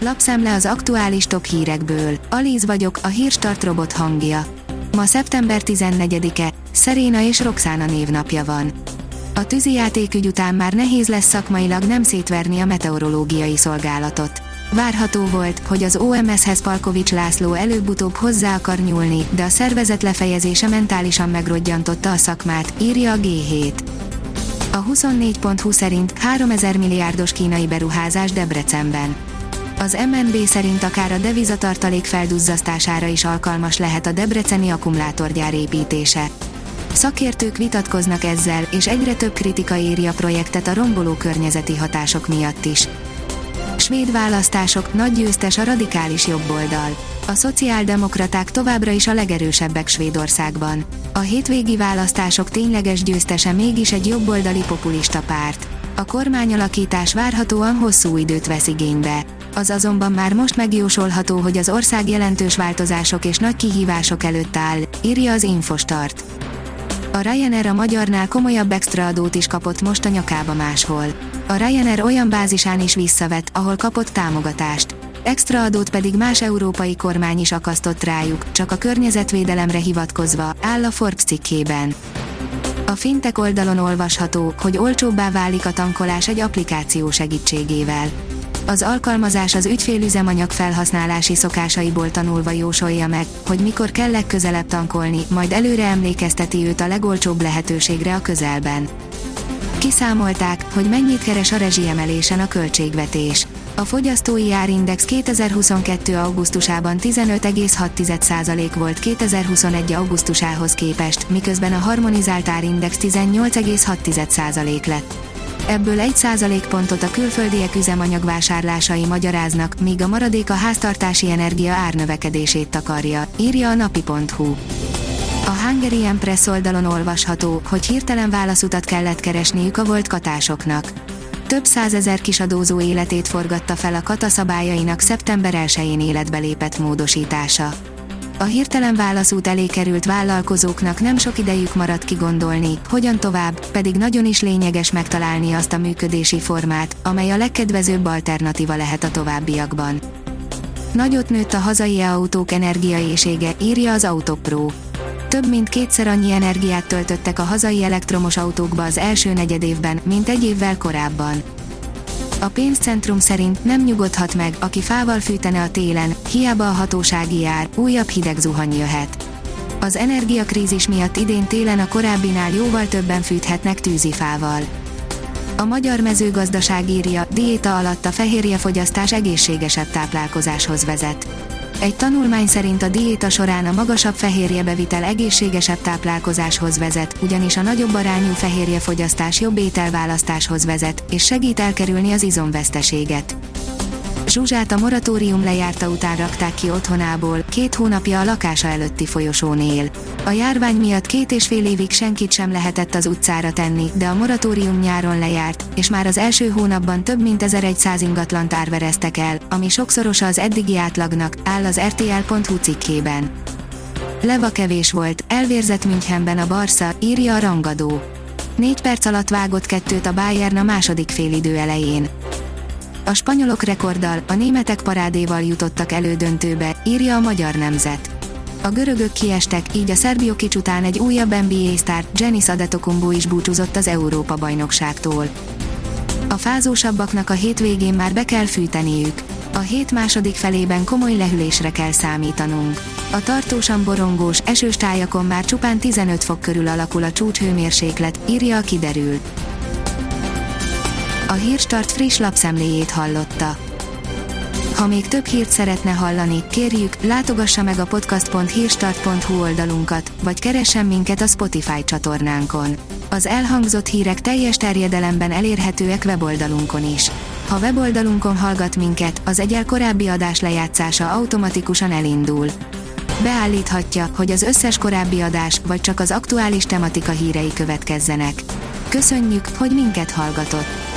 Lapszemle az aktuális top hírekből. Alíz vagyok, a Hírstart robot hangja. Ma szeptember 14-e, Szeréna és Roxana névnapja van. A tűzijátékügy után már nehéz lesz szakmailag nem szétverni a meteorológiai szolgálatot. Várható volt, hogy az OMS-hez Palkovics László előbb-utóbb hozzá akar nyúlni, de a szervezet lefejezése mentálisan megrodjantotta a szakmát, írja a G7. A 24.hu szerint 3000 milliárdos kínai beruházás Debrecenben. Az MNB szerint akár a devizatartalék felduzzasztására is alkalmas lehet a debreceni akkumulátorgyár építése. Szakértők vitatkoznak ezzel, és egyre több kritika éri a projektet a romboló környezeti hatások miatt is. Svéd választások, nagy győztes a radikális jobboldal. A szociáldemokraták továbbra is a legerősebbek Svédországban. A hétvégi választások tényleges győztese mégis egy jobboldali populista párt. A kormányalakítás várhatóan hosszú időt vesz igénybe. Az azonban már most megjósolható, hogy az ország jelentős változások és nagy kihívások előtt áll, írja az Infostart. A Ryanair a magyarnál komolyabb extraadót is kapott most a nyakába máshol. A Ryanair olyan bázisán is visszavett, ahol kapott támogatást. Extraadót pedig más európai kormány is akasztott rájuk, csak a környezetvédelemre hivatkozva, áll a Forbes cikkében. A fintech oldalon olvasható, hogy olcsóbbá válik a tankolás egy applikáció segítségével. Az alkalmazás az ügyfél üzemanyag felhasználási szokásaiból tanulva jósolja meg, hogy mikor kell legközelebb tankolni, majd előre emlékezteti őt a legolcsóbb lehetőségre a közelben. Kiszámolták, hogy mennyit keres a rezsiemelésen a költségvetés. A fogyasztói árindex 2022. augusztusában 15,6% volt 2021. augusztusához képest, miközben a harmonizált árindex 18,6% lett. Ebből 1% pontot a külföldiek üzemanyagvásárlásai magyaráznak, míg a maradék a háztartási energia árnövekedését takarja, írja a napi.hu. A Hungarian Press oldalon olvasható, hogy hirtelen válaszutat kellett keresniük a volt katásoknak. Több százezer kisadózó életét forgatta fel a kata szabályainak szeptember 1-én életbe lépett módosítása. A hirtelen válaszút elé került vállalkozóknak nem sok idejük maradt kigondolni, hogyan tovább, pedig nagyon is lényeges megtalálni azt a működési formát, amely a legkedvezőbb alternatíva lehet a továbbiakban. Nagyot nőtt a hazai autók energiaéhsége, írja az Autopro. Több mint kétszer annyi energiát töltöttek a hazai elektromos autókba az első negyedévben, mint egy évvel korábban. A pénzcentrum szerint nem nyugodhat meg, aki fával fűtene a télen, hiába a hatósági ár, újabb hideg zuhany jöhet. Az energiakrízis miatt idén télen a korábbinál jóval többen fűthetnek tűzifával. A magyar mezőgazdaság írja, diéta alatt a fehérjefogyasztás egészségesebb táplálkozáshoz vezet. Egy tanulmány szerint a diéta során a magasabb fehérjebevitel egészségesebb táplálkozáshoz vezet, ugyanis a nagyobb arányú fehérjefogyasztás jobb ételválasztáshoz vezet, és segít elkerülni az izomveszteséget. Zsuzsát a moratórium lejárta után rakták ki otthonából, 2 hónapja a lakása előtti folyosón él. A járvány miatt 2,5 évig senkit sem lehetett az utcára tenni, de a moratórium nyáron lejárt, és már az első hónapban több mint 1100 ingatlant árvereztek el, ami sokszorosa az eddigi átlagnak, áll az RTL.hu cikkében. Leva kevés volt, elvérzett Münchenben a Barca, írja a rangadó. 4 perc alatt vágott 2-t a Bayern a második félidő elején. A spanyolok rekorddal, a németek parádéval jutottak elődöntőbe, írja a Magyar Nemzet. A görögök kiestek, így a Szerbiokics után egy újabb NBA sztár, Giannis Antetokounmpo is búcsúzott az Európa-bajnokságtól. A fázósabbaknak a hétvégén már be kell fűteniük. A hét második felében komoly lehűlésre kell számítanunk. A tartósan borongós, esős tájakon már csupán 15 fok körül alakul a csúcshőmérséklet, írja a Kiderül. A Hírstart friss lapszemléjét hallotta. Ha még több hírt szeretne hallani, kérjük, látogassa meg a podcast.hírstart.hu oldalunkat, vagy keressen minket a Spotify csatornánkon. Az elhangzott hírek teljes terjedelemben elérhetőek weboldalunkon is. Ha weboldalunkon hallgat minket, az egyel korábbi adás lejátszása automatikusan elindul. Beállíthatja, hogy az összes korábbi adás, vagy csak az aktuális tematika hírei következzenek. Köszönjük, hogy minket hallgatott!